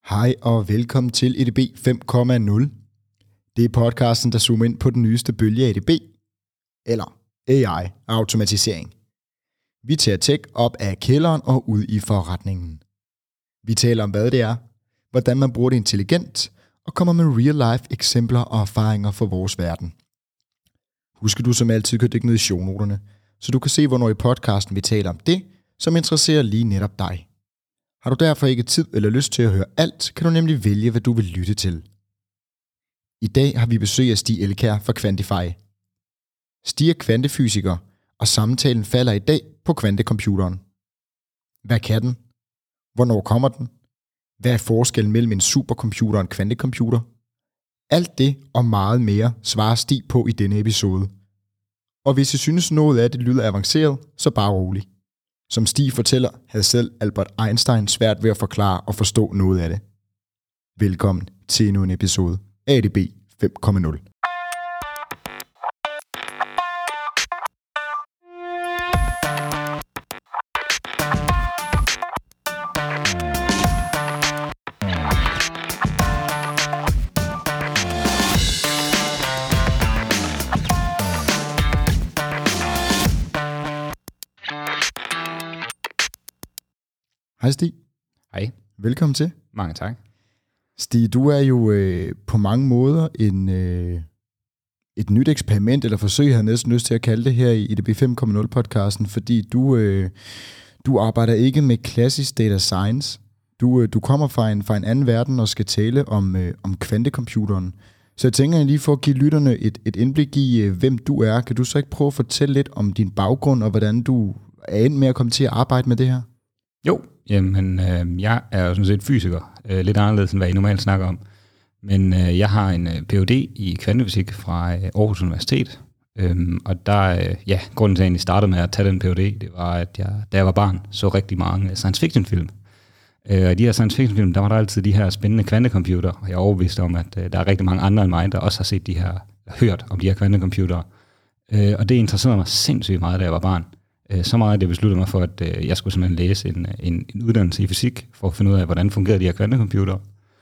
Hej og velkommen til EDB 5.0. Det er podcasten, der zoomer ind på den nyeste bølge af EDB, eller AI-automatisering. Vi tager tech op af kælderen og ud i forretningen. Vi taler om, hvad det er, hvordan man bruger det intelligent, og kommer med real-life eksempler og erfaringer for vores verden. Husk, du som altid kan dykke ned i shownoterne, så du kan se, hvornår i podcasten vi taler om det, som interesserer lige netop dig. Har du derfor ikke tid eller lyst til at høre alt, kan du nemlig vælge, hvad du vil lytte til. I dag har vi besøg af Stig Elkjær fra Quantify. Stig er kvantefysiker, og samtalen falder i dag på kvantecomputeren. Hvad kan den? Hvornår kommer den? Hvad er forskellen mellem en supercomputer og en kvantecomputer? Alt det og meget mere svarer Stig på i denne episode. Og hvis I synes noget af det lyder avanceret, så bare rolig. Som Stig fortæller, havde selv Albert Einstein svært ved at forklare og forstå noget af det. Velkommen til endnu en episode af EDB 5.0. Hej Stig. Hej. Velkommen til. Mange tak. Stig, du er jo på mange måder et nyt eksperiment, eller forsøg, jeg havde næsten lyst til at kalde det her i EDB 5.0 podcasten, fordi du arbejder ikke med klassisk data science. Du kommer fra en anden verden og skal tale om kvantecomputeren. Så jeg tænker lige for at give lytterne et indblik i, hvem du er. Kan du så ikke prøve at fortælle lidt om din baggrund, og hvordan du er endt med at komme til at arbejde med det her? Jo, jamen jeg er jo sådan set fysiker, lidt anderledes end hvad I normalt snakker om. Men jeg har en Ph.D. i kvantefysik fra Aarhus Universitet. Og der, grunden til at jeg egentlig startede med at tage den Ph.D., det var, at jeg, da jeg var barn, så rigtig mange science fiction film. Og i de her science fiction film, der var der altid de her spændende kvantecomputer, og jeg er overbevist om, at der er rigtig mange andre end mig, der også har set de her, hørt om de her kvantecomputere. Og det interesserede mig sindssygt meget, da jeg var barn. Så meget, at jeg besluttede mig for, at jeg skulle simpelthen læse en uddannelse i fysik, for at finde ud af, hvordan fungerer de her kvantecomputere.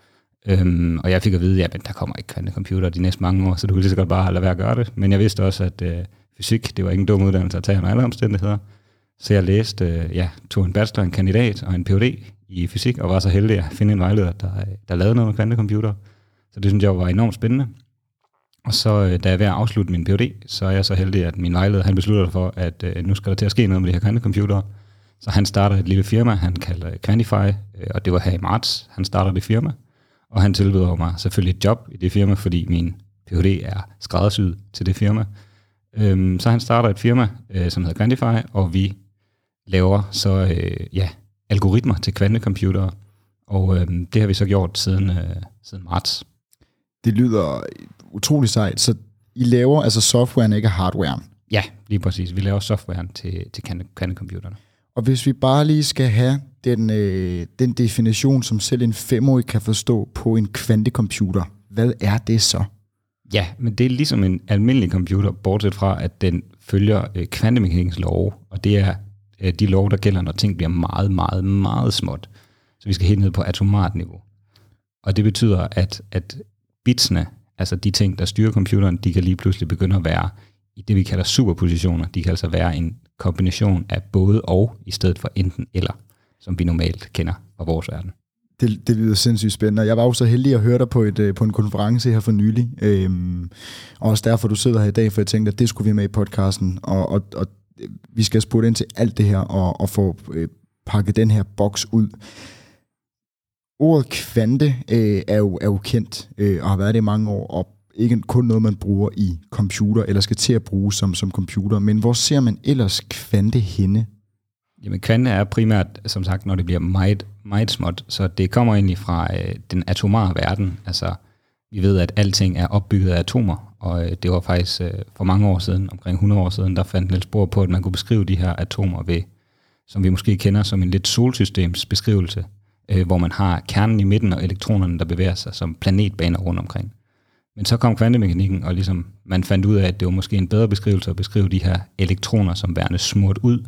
Og jeg fik at vide, at der kommer ikke kvantecomputere de næste mange år, så du kan lige så godt bare lade være at gøre det. Men jeg vidste også, at fysik, det var ikke en dum uddannelse at tage under alle omstændigheder. Så jeg læste, tog en bachelor, en kandidat og en Ph.D. i fysik, og var så heldig at finde en vejleder, der lavede noget med kvantecomputere. Så det synes jeg var enormt spændende. Og så da jeg er ved at afslutte min Ph.D., så er jeg så heldig, at min vejleder, han beslutter sig for, at nu skal der til at ske noget med de her kvantecomputere. Så han starter et lille firma, han kalder Quantify, og det var her i marts, han starter det firma. Og han tilbyder mig selvfølgelig et job i det firma, fordi min Ph.D. er skræddersyet til det firma. Så han starter et firma, som hedder Quantify, og vi laver så algoritmer til kvantecomputere. Og det har vi så gjort siden marts. Det lyder utrolig sejt. Så I laver altså softwaren, ikke hardwaren? Ja, lige præcis. Vi laver softwaren til kvantecomputerne. Og hvis vi bare lige skal have den definition, som selv en 5-årig kan forstå på en kvantecomputer, hvad er det så? Ja, men det er ligesom en almindelig computer, bortset fra, at den følger kvantemekanikkens love, og det er de love, der gælder, når ting bliver meget, meget, meget småt. Så vi skal helt ned på atomart niveau. Og det betyder, at bitsene, altså de ting, der styrer computeren, de kan lige pludselig begynde at være i det, vi kalder superpositioner. De kan altså være en kombination af både og, i stedet for enten eller, som vi normalt kender fra vores verden. Det lyder sindssygt spændende. Jeg var jo så heldig at høre dig på en konference her for nylig. Og også derfor, du sidder her i dag, for jeg tænkte, at det skulle vi med i podcasten. Og vi skal spurgte ind til alt det her, og få pakket den her boks ud. Ordet kvante er jo kendt, og har været det i mange år, og ikke kun noget, man bruger i computer, eller skal til at bruge som computer. Men hvor ser man ellers kvante henne? Jamen kvante er primært, som sagt, når det bliver meget, meget småt, så det kommer egentlig fra den atomare verden. Altså, vi ved, at alting er opbygget af atomer, og det var faktisk for mange år siden, omkring 100 år siden, der fandt Niels Bohr på, at man kunne beskrive de her atomer ved, som vi måske kender som en lidt solsystems beskrivelse, hvor man har kernen i midten og elektronerne, der bevæger sig som planetbaner rundt omkring. Men så kom kvantemekanikken, og ligesom man fandt ud af, at det var måske en bedre beskrivelse at beskrive de her elektroner som værende smurt ud,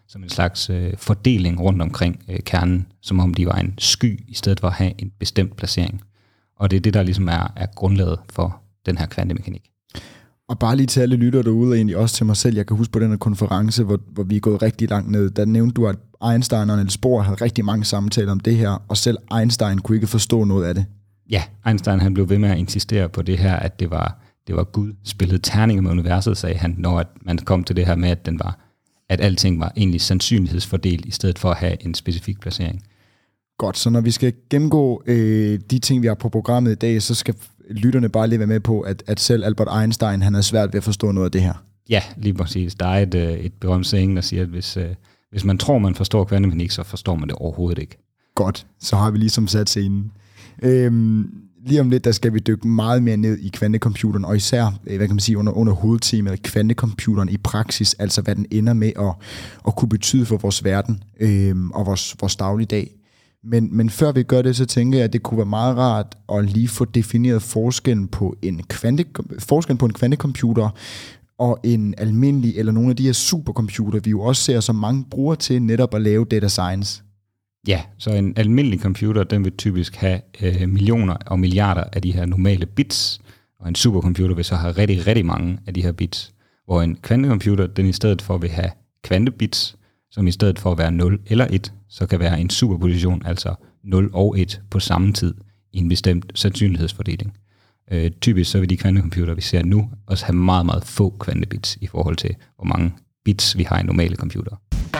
som en slags fordeling rundt omkring kernen, som om de var en sky, i stedet for at have en bestemt placering. Og det er det, der ligesom er grundlaget for den her kvantemekanik. Og bare lige til alle lytter derude, og egentlig også til mig selv, jeg kan huske på den her konference, hvor vi er gået rigtig langt ned, der nævnte du, at Einstein og Niels Bohr havde rigtig mange samtaler om det her, og selv Einstein kunne ikke forstå noget af det. Ja, Einstein han blev ved med at insistere på det her, at det var Gud spillede terninger med universet, sagde han, når at man kom til det her med, at alting var egentlig sandsynlighedsfordelt, i stedet for at have en specifik placering. Godt, så når vi skal gennemgå de ting, vi har på programmet i dag, så skal lytterne bare lige være med på, at selv Albert Einstein, han er svært ved at forstå noget af det her. Ja, lige præcis. Der er et berømt saying, der siger, at hvis man tror, man forstår kvantemekanik, så forstår man det overhovedet ikke. Godt, så har vi ligesom sat scenen. Lige om lidt, der skal vi dykke meget mere ned i kvantecomputeren, og især, hvad kan man sige, under hovedtemaet, kvantecomputeren i praksis, altså hvad den ender med at kunne betyde for vores verden og vores dagligdag. Men før vi gør det, så tænker jeg, at det kunne være meget rart at lige få defineret forskellen på en kvantecomputer og en almindelig, eller nogle af de her supercomputer, vi jo også ser, som mange bruger til netop at lave data science. Ja, så en almindelig computer, den vil typisk have millioner og milliarder af de her normale bits, og en supercomputer vil så have rigtig, rigtig mange af de her bits, hvor en kvantecomputer, den i stedet for vil have kvantebits, som i stedet for at være 0 eller 1, så kan være en superposition, altså 0 og 1 på samme tid i en bestemt sandsynlighedsfordeling. Typisk så vil de kvantecomputere, vi ser nu, også have meget, meget få kvantebits i forhold til, hvor mange bits vi har i normale computere.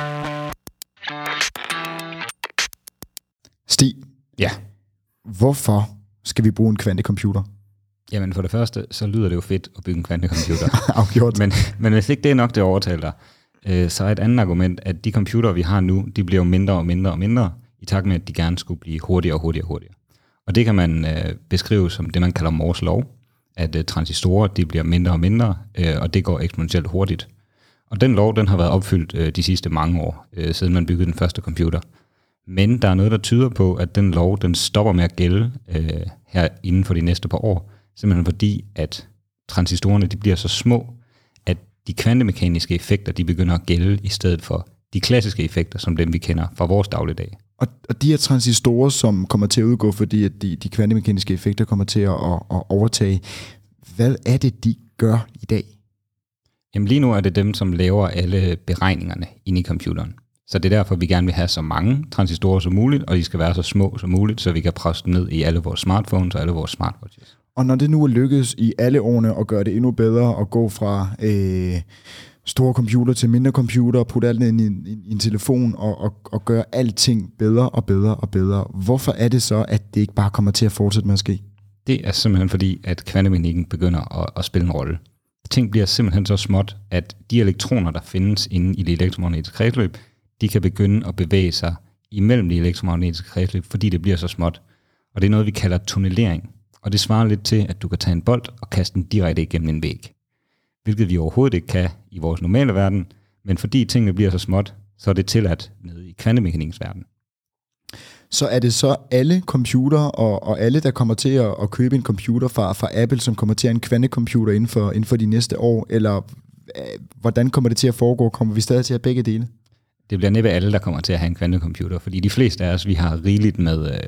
Stig, ja. Hvorfor skal vi bruge en kvantecomputer? Jamen for det første, så lyder det jo fedt at bygge en kvantecomputer. Afgjort. Men hvis ikke det er nok, det overtaler dig, så er et andet argument, at de computere, vi har nu, de bliver jo mindre og mindre og mindre, i takt med, at de gerne skulle blive hurtigere og hurtigere og hurtigere. Og det kan man beskrive som det, man kalder Moores lov, at transistorer, de bliver mindre og mindre, og det går eksponentielt hurtigt. Og den lov, den har været opfyldt de sidste mange år, siden man byggede den første computer. Men der er noget, der tyder på, at den lov, den stopper med at gælde her inden for de næste par år, simpelthen fordi, at transistorerne, de bliver så små, at de kvantemekaniske effekter, de begynder at gælde i stedet for de klassiske effekter, som dem vi kender fra vores dagligdag. Og de her transistorer, som kommer til at udgå, fordi at de kvantemekaniske effekter kommer til at overtage, hvad er det, de gør i dag? Jamen lige nu er det dem, som laver alle beregningerne inde i computeren. Så det er derfor, vi gerne vil have så mange transistorer som muligt, og de skal være så små som muligt, så vi kan presse dem ned i alle vores smartphones og alle vores smartwatches. Og når det nu er lykkedes i alle årene at gøre det endnu bedre, at gå fra store computer til mindre computer, og putte alt ned i en telefon og gøre alting bedre og bedre og bedre, hvorfor er det så, at det ikke bare kommer til at fortsætte med at ske? Det er simpelthen fordi, at kvantemekanikken begynder at spille en rolle. Ting bliver simpelthen så småt, at de elektroner, der findes inde i det elektromagnetiske kredsløb, de kan begynde at bevæge sig imellem de elektromagnetiske kredsløb, fordi det bliver så småt. Og det er noget, vi kalder tunnelering. Og det svarer lidt til, at du kan tage en bold og kaste den direkte igennem en væg. Hvilket vi overhovedet ikke kan i vores normale verden, men fordi tingene bliver så småt, så er det tilladt nede i kvantemekanikkens verden. Så er det så alle computer og alle, der kommer til at købe en computer fra Apple, som kommer til at have en kvantecomputer inden for de næste år, eller hvordan kommer det til at foregå? Kommer vi stadig til at begge dele? Det bliver næppe alle, der kommer til at have en kvantecomputer, fordi de fleste af os, vi har rigeligt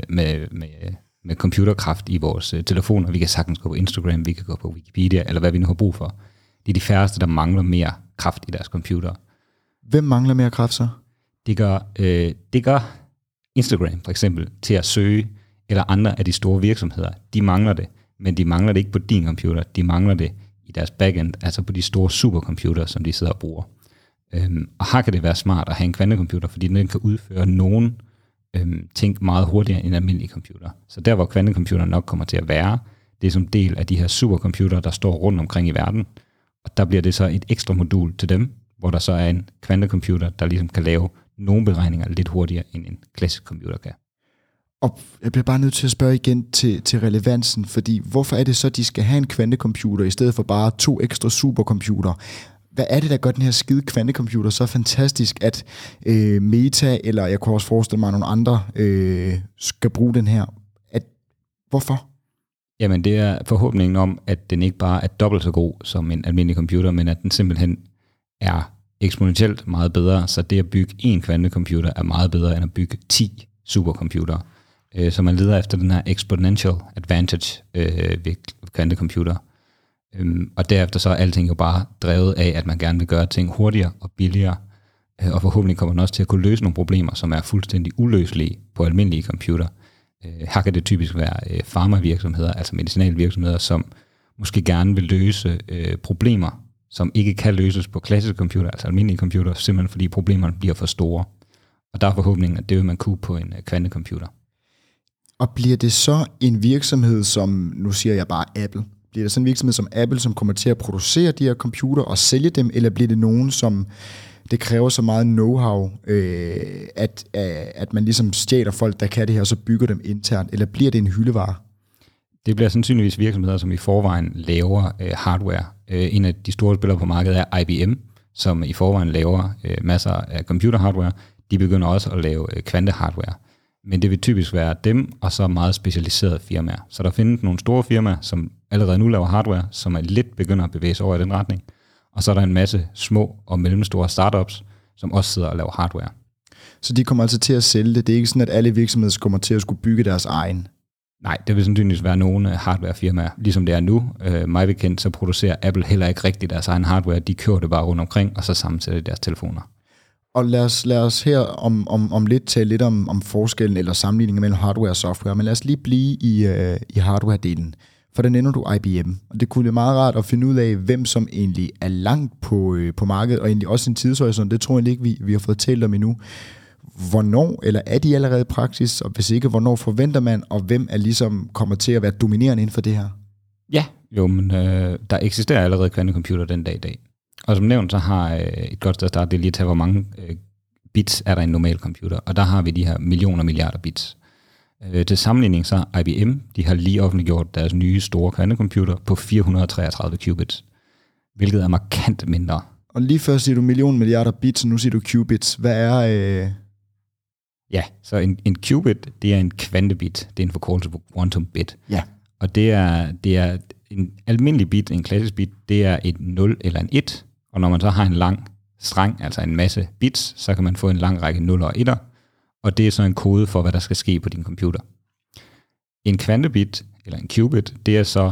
med computerkraft i vores telefoner. Vi kan sagtens gå på Instagram, vi kan gå på Wikipedia, eller hvad vi nu har brug for. Det er de færreste, der mangler mere kraft i deres computer. Hvem mangler mere kraft så? Det gør Instagram for eksempel til at søge, eller andre af de store virksomheder. De mangler det, men de mangler det ikke på din computer. De mangler det i deres backend, altså på de store supercomputere, som de sidder og bruger. Og her kan det være smart at have en kvantecomputer, fordi den kan udføre nogle ting meget hurtigere end en almindelig computer. Så der, hvor kvantecomputer nok kommer til at være, det er som del af de her supercomputere, der står rundt omkring i verden. Og der bliver det så et ekstra modul til dem, hvor der så er en kvantecomputer, der ligesom kan lave nogle beregninger lidt hurtigere, end en klassisk computer kan. Og jeg bliver bare nødt til at spørge igen til relevansen, fordi hvorfor er det så, at de skal have en kvantecomputer, i stedet for bare 2 ekstra supercomputere? Hvad er det, der gør den her skide kvantecomputer så fantastisk, at Meta, eller jeg kunne også forestille mig, at nogle andre skal bruge den her? Hvorfor? Jamen det er forhåbningen om, at den ikke bare er dobbelt så god som en almindelig computer, men at den simpelthen er eksponentielt meget bedre, så det at bygge en kvantecomputer er meget bedre end at bygge 10 supercomputere. Så man leder efter den her exponential advantage ved kvantecomputer. Og derefter så er alting jo bare drevet af, at man gerne vil gøre ting hurtigere og billigere, og forhåbentlig kommer man også til at kunne løse nogle problemer, som er fuldstændig uløselige på almindelige computer. Her kan det typisk være farmavirksomheder, altså medicinalvirksomheder, som måske gerne vil løse problemer, som ikke kan løses på klassiske computer, altså almindelige computer, simpelthen fordi problemerne bliver for store. Og der er forhåbningen, at det vil man kunne på en kvantecomputer. Og bliver det så en virksomhed som, nu siger jeg bare Apple, bliver det sådan en virksomhed som Apple, som kommer til at producere de her computer og sælge dem, eller bliver det nogen, som det kræver så meget know-how, at man ligesom stjæler folk, der kan det her, og så bygger dem internt, eller bliver det en hyldevare? Det bliver sandsynligvis virksomheder, som i forvejen laver hardware. En af de store spillere på markedet er IBM, som i forvejen laver masser af computerhardware. De begynder også at lave kvantehardware. Men det vil typisk være dem, og så meget specialiserede firmaer. Så der findes nogle store firmaer, som allerede nu laver hardware, som er lidt begynder at bevæge sig over i den retning. Og så er der en masse små og mellemstore startups, som også sidder og laver hardware. Så de kommer altså til at sælge det? Det er ikke sådan, at alle virksomheder kommer til at skulle bygge deres egen? Nej, det vil sandsynligvis være nogle hardwarefirmaer, ligesom det er nu. Mig bekendt, så producerer Apple heller ikke rigtig deres egen hardware. De kører det bare rundt omkring, og så sammensætter deres telefoner. Og lad os her om lidt tale lidt om forskellen eller sammenligningen mellem hardware og software, men lad os lige blive i hardware-delen. For der nævner du IBM, og det kunne være meget rart at finde ud af, hvem som egentlig er langt på markedet, og egentlig også en tidshorisont. Det tror jeg ikke, vi har fået talt om endnu. Hvornår, eller er de allerede i praksis, og hvis ikke, hvornår forventer man, og hvem er ligesom kommer til at være dominerende inden for det her? Ja, jo, men der eksisterer allerede kvantecomputer den dag i dag. Og som nævnt, så har et godt sted at starte, det er lige at tage, hvor mange bits er der i en normal computer, og der har vi de her millioner milliarder bits. Til sammenligning så IBM, de har lige offentliggjort deres nye store kvantecomputer på 433 qubits, hvilket er markant mindre. Og lige før siger du millioner milliarder bits, og nu siger du qubits. Hvad er... Ja, så en qubit, det er en kvantebit. Det er en forkortelse på quantum bit. Ja. Og det er en almindelig bit, en klassisk bit, det er et 0 eller en 1. Og når man så har en lang streng, altså en masse bits, så kan man få en lang række 0 og 1'er. Og det er så en kode for, hvad der skal ske på din computer. En kvantebit, eller en qubit, det er så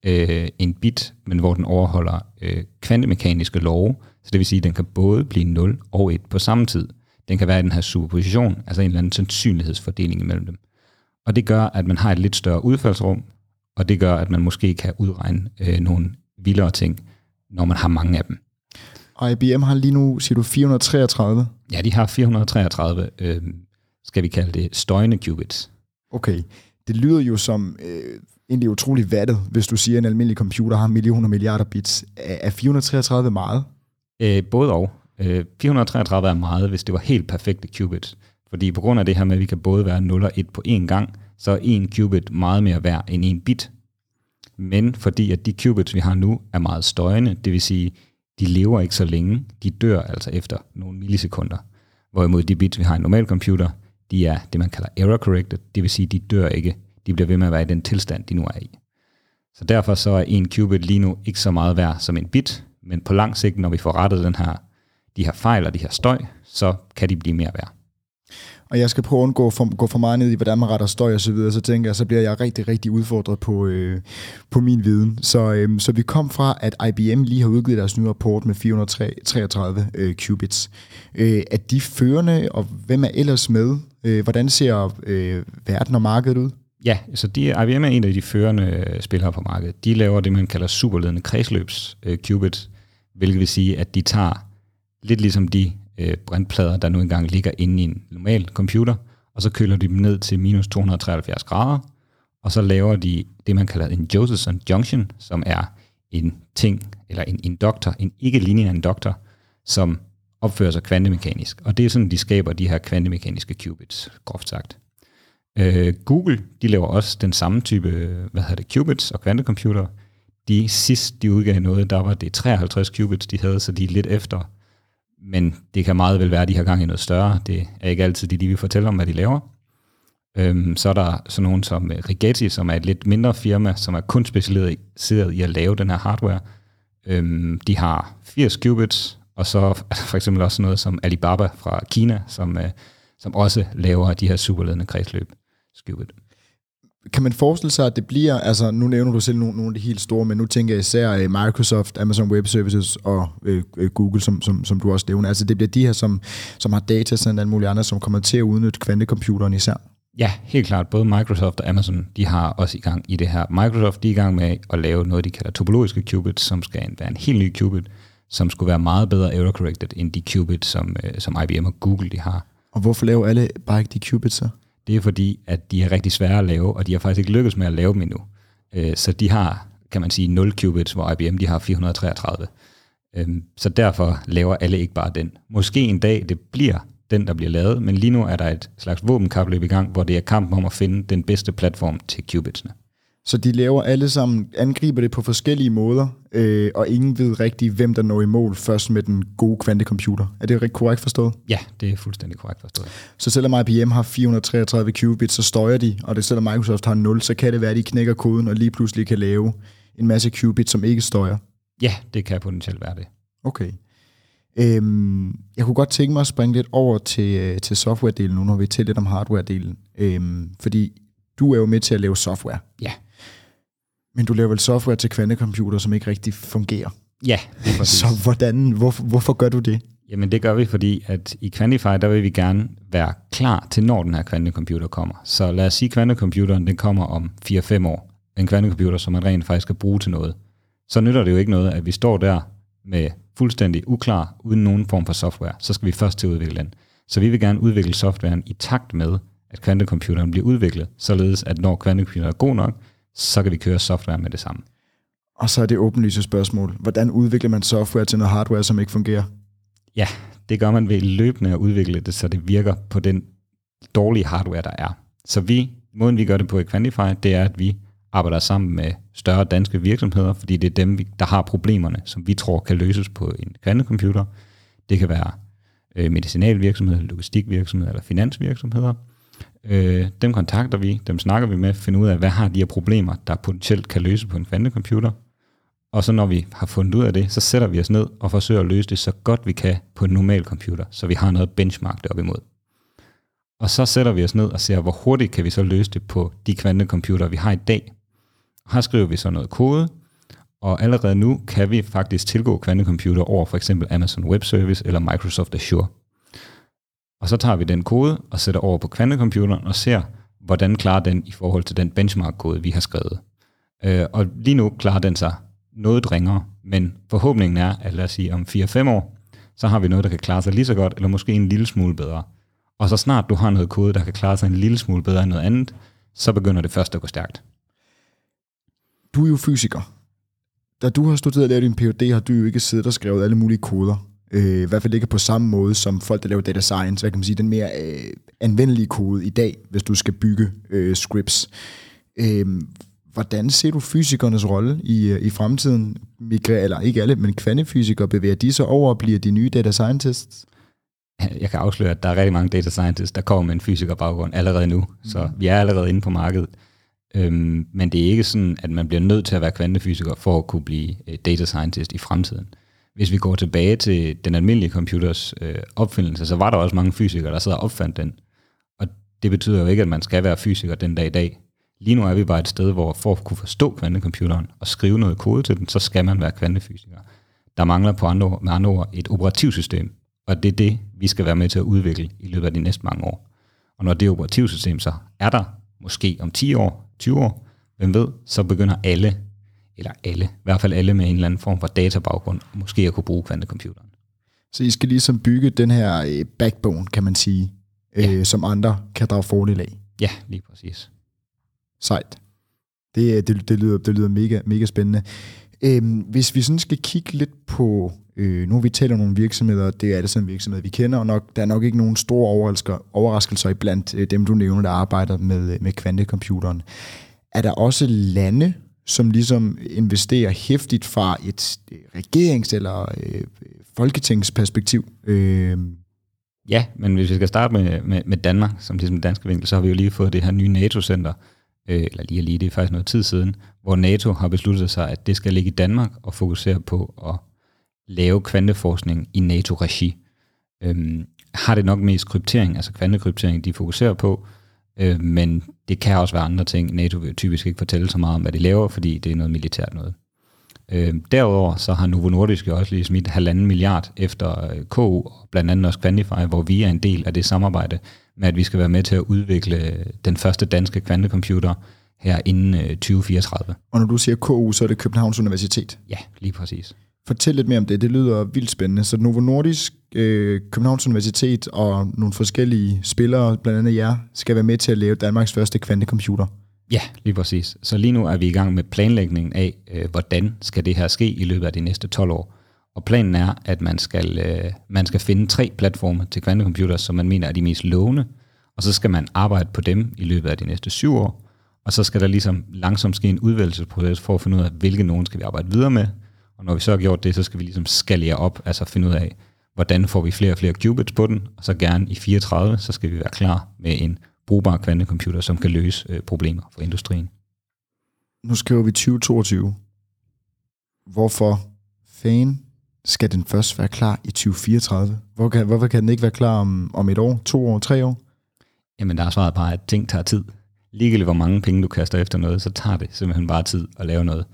en bit, men hvor den overholder kvantemekaniske love. Så det vil sige, at den kan både blive 0 og 1 på samme tid. Den kan være i den her superposition, altså en eller anden sandsynlighedsfordeling imellem dem. Og det gør, at man har et lidt større udfaldsrum, og det gør, at man måske kan udregne nogle vildere ting, når man har mange af dem. Og IBM har lige nu, siger du, 433? Ja, de har 433, skal vi kalde det, støjende qubits. Okay, det lyder jo som egentlig utrolig vattet, hvis du siger, at en almindelig computer har millioner milliarder bits. Er 433 meget? Både og. 433 er meget, hvis det var helt perfekte qubits. Fordi på grund af det her med, at vi kan både være 0 og 1 på én gang, så er en qubit meget mere værd end en bit. Men fordi at de qubits, vi har nu, er meget støjende, det vil sige, de lever ikke så længe, de dør altså efter nogle millisekunder. Hvorimod de bits, vi har i en normal computer, de er det, man kalder error corrected, det vil sige, de dør ikke, de bliver ved med at være i den tilstand, de nu er i. Så derfor så er en qubit lige nu ikke så meget værd som en bit, men på lang sigt, når vi får rettet de her fejl og de her støj, så kan de blive mere værd. Og jeg skal prøve at undgå gå for meget ned i, hvordan man retter støj og så videre, så tænker jeg, så bliver jeg rigtig, rigtig udfordret på min viden. Så vi kom fra, at IBM lige har udgivet deres nye rapport med 433 qubits. Er de førende, og hvem er ellers med? Hvordan ser verden og markedet ud? Ja, så IBM er en af de førende spillere på markedet. De laver det, man kalder superledende kredsløbs qubits, hvilket vil sige, at de tager lidt ligesom de brintplader, der nu engang ligger inde i en normal computer, og så køler de dem ned til minus 273 grader, og så laver de det, man kalder en Josephson junction, som er en ting, eller en induktor, en ikke-lineær induktor, som opfører sig kvantemekanisk. Og det er sådan, de skaber de her kvantemekaniske qubits, groft sagt. Google, de laver også den samme type, qubits og kvantecomputer. Sidst de udgav noget, der var det 53 qubits, de havde, så de er lidt efter. Men det kan meget vel være, at de har gang i noget større. Det er ikke altid de vil fortælle om, hvad de laver. Så er der sådan nogen som Rigetti, som er et lidt mindre firma, som er kun specialiseret i at lave den her hardware. De har 80 qubits, Og så er der for eksempel også noget som Alibaba fra Kina, som også laver de her superledende kredsløb. Qubit. Kan man forestille sig, at det bliver, altså nu nævner du selv nogle af de helt store, men nu tænker jeg især Microsoft, Amazon Web Services og Google, som du også nævner. Altså det bliver de her, som har data, sådan alle mulige andre, som kommer til at udnytte kvantecomputeren især. Ja, helt klart. Både Microsoft og Amazon, de har også i gang i det her. Microsoft, de er i gang med at lave noget, de kalder topologiske qubits, som skal være en helt ny qubit, som skulle være meget bedre error-corrected end de qubits, som IBM og Google de har. Og hvorfor laver alle bare ikke de qubits så? Det er fordi, at de er rigtig svære at lave, og de har faktisk ikke lykkes med at lave dem endnu. Så de har, kan man sige, 0 qubits, hvor IBM de har 433. Så derfor laver alle ikke bare den. Måske en dag, det bliver den, der bliver lavet, men lige nu er der et slags våbenkapløb i gang, hvor det er kampen om at finde den bedste platform til qubitsene. Så de laver alle sammen, angriber det på forskellige måder, og ingen ved rigtig, hvem der når i mål først med den gode kvantecomputer. Er det korrekt forstået? Ja, det er fuldstændig korrekt forstået. Så selvom IBM har 433 qubits, så støjer de, og det selvom Microsoft har 0, så kan det være, at de knækker koden og lige pludselig kan lave en masse qubits, som ikke støjer? Ja, det kan potentielt være det. Okay. Jeg kunne godt tænke mig at springe lidt over til software-delen nu, når vi er til lidt om hardware-delen. Fordi du er jo med til at lave software. Ja. Men du laver vel software til kvantecomputer, som ikke rigtig fungerer? Ja, det er præcis. Så hvorfor gør du det? Jamen det gør vi, fordi at i Quantify, der vil vi gerne være klar til, når den her kvantecomputer kommer. Så lad os sige, at kvantecomputeren den kommer om 4-5 år. En kvantecomputer, som man rent faktisk skal bruge til noget. Så nytter det jo ikke noget, at vi står der med fuldstændig uklar, uden nogen form for software. Så skal vi først til at udvikle den. Så vi vil gerne udvikle softwaren i takt med, at kvantecomputeren bliver udviklet, således at når kvantecomputeren er god nok, så kan vi køre software med det samme. Og så er det åbenlyse spørgsmål. Hvordan udvikler man software til noget hardware, som ikke fungerer? Ja, det gør man ved løbende at udvikle det, så det virker på den dårlige hardware, der er. Så måden vi gør det på i Quantify, det er, at vi arbejder sammen med større danske virksomheder, fordi det er dem, der har problemerne, som vi tror kan løses på en kvantecomputer. Det kan være medicinalvirksomheder, logistikvirksomheder eller finansvirksomheder. Dem kontakter vi, dem snakker vi med, finder ud af, hvad har de her problemer, der potentielt kan løse på en kvantecomputer. Og så når vi har fundet ud af det, så sætter vi os ned og forsøger at løse det så godt vi kan på en normal computer, så vi har noget benchmark deroppe imod. Og så sætter vi os ned og ser, hvor hurtigt kan vi så løse det på de kvantecomputere, vi har i dag. Og her skriver vi så noget kode, og allerede nu kan vi faktisk tilgå kvantecomputer over for eksempel Amazon Web Service eller Microsoft Azure. Og så tager vi den kode og sætter over på kvantecomputeren og ser, hvordan klarer den i forhold til den benchmark-kode, vi har skrevet. Og lige nu klarer den sig noget ringere, men forhåbningen er, at lad os sige om 4-5 år, så har vi noget, der kan klare sig lige så godt, eller måske en lille smule bedre. Og så snart du har noget kode, der kan klare sig en lille smule bedre end noget andet, så begynder det først at gå stærkt. Du er jo fysiker. Da du har studeret og lavet din Ph.D., har du jo ikke siddet og skrevet alle mulige koder. I hvert fald ikke på samme måde som folk, der laver data science. Jeg kan sige, den mere anvendelige kode i dag, hvis du skal bygge scripts. Hvordan ser du fysikernes rolle i fremtiden? Eller ikke alle, men kvantefysikere, bevæger de sig over og bliver de nye data scientists? Jeg kan afsløre, at der er rigtig mange data scientists, der kommer med en fysikerbaggrund allerede nu. Så vi er allerede inde på markedet. Men det er ikke sådan, at man bliver nødt til at være kvantefysiker for at kunne blive data scientist i fremtiden. Hvis vi går tilbage til den almindelige computers opfindelse, så var der også mange fysikere, der sidder og opfandt den. Og det betyder jo ikke, at man skal være fysiker den dag i dag. Lige nu er vi bare et sted, hvor for at kunne forstå kvantecomputeren og skrive noget kode til den, så skal man være kvantefysiker. Der mangler med andre ord et operativsystem, og det er det, vi skal være med til at udvikle i løbet af de næste mange år. Og når det operativsystem så er der, måske om 10 år, 20 år, hvem ved, så begynder i hvert fald alle med en eller anden form for databaggrund, måske at kunne bruge kvantecomputeren. Så I skal ligesom bygge den her backbone, kan man sige, som andre kan drage fordel af? Ja, lige præcis. Sejt. Det lyder mega, mega spændende. Hvis vi sådan skal kigge lidt på, nu vi taler om nogle virksomheder, det er alle sådan virksomheder, vi kender, og der er nok ikke nogen store overraskelser iblandt dem, du nævner, der arbejder med kvantecomputeren. Er der også lande, som ligesom investerer hæftigt fra et regerings- eller folketingsperspektiv? Ja, men hvis vi skal starte med Danmark, som ligesom danske vinkel, så har vi jo lige fået det her nye NATO-center, eller lige, det er faktisk noget tid siden, hvor NATO har besluttet sig, at det skal ligge i Danmark og fokusere på at lave kvanteforskning i NATO-regi. Har det nok mest kryptering, altså kvantekryptering, de fokuserer på, men det kan også være andre ting. NATO vil typisk ikke fortælle så meget om, hvad de laver, fordi det er noget militært noget. Derudover så har Novo Nordisk jo også lige smidt 1,5 milliard efter KU, og blandt andet også Quantify, hvor vi er en del af det samarbejde med, at vi skal være med til at udvikle den første danske kvantecomputer her inden 2034. Og når du siger KU, så er det Københavns Universitet? Ja, lige præcis. Fortæl lidt mere om det. Det lyder vildt spændende. Så Novo Nordisk, Københavns Universitet og nogle forskellige spillere, blandt andet jer, skal være med til at lave Danmarks første kvantecomputer. Ja, lige præcis. Så lige nu er vi i gang med planlægningen af, hvordan skal det her ske i løbet af de næste 12 år. Og planen er, at man skal finde 3 platforme til kvantecomputer, som man mener er de mest lovende, og så skal man arbejde på dem i løbet af de næste 7 år, og så skal der ligesom langsomt ske en udvælgelsesproces for at finde ud af, hvilke nogen skal vi arbejde videre med, og når vi så har gjort det, så skal vi ligesom skalere op, altså finde ud af, hvordan får vi flere og flere qubits på den, og så gerne i 34, så skal vi være klar med en brugbar kvantecomputer, som kan løse problemer for industrien. Nu skriver vi 2022. Hvorfor fanden skal den først være klar i 2034? Hvorfor kan den ikke være klar om 1 år, 2 år, 3 år? Jamen der er svaret bare, at ting tager tid. Ligegyldigt hvor mange penge du kaster efter noget, så tager det simpelthen bare tid at lave noget.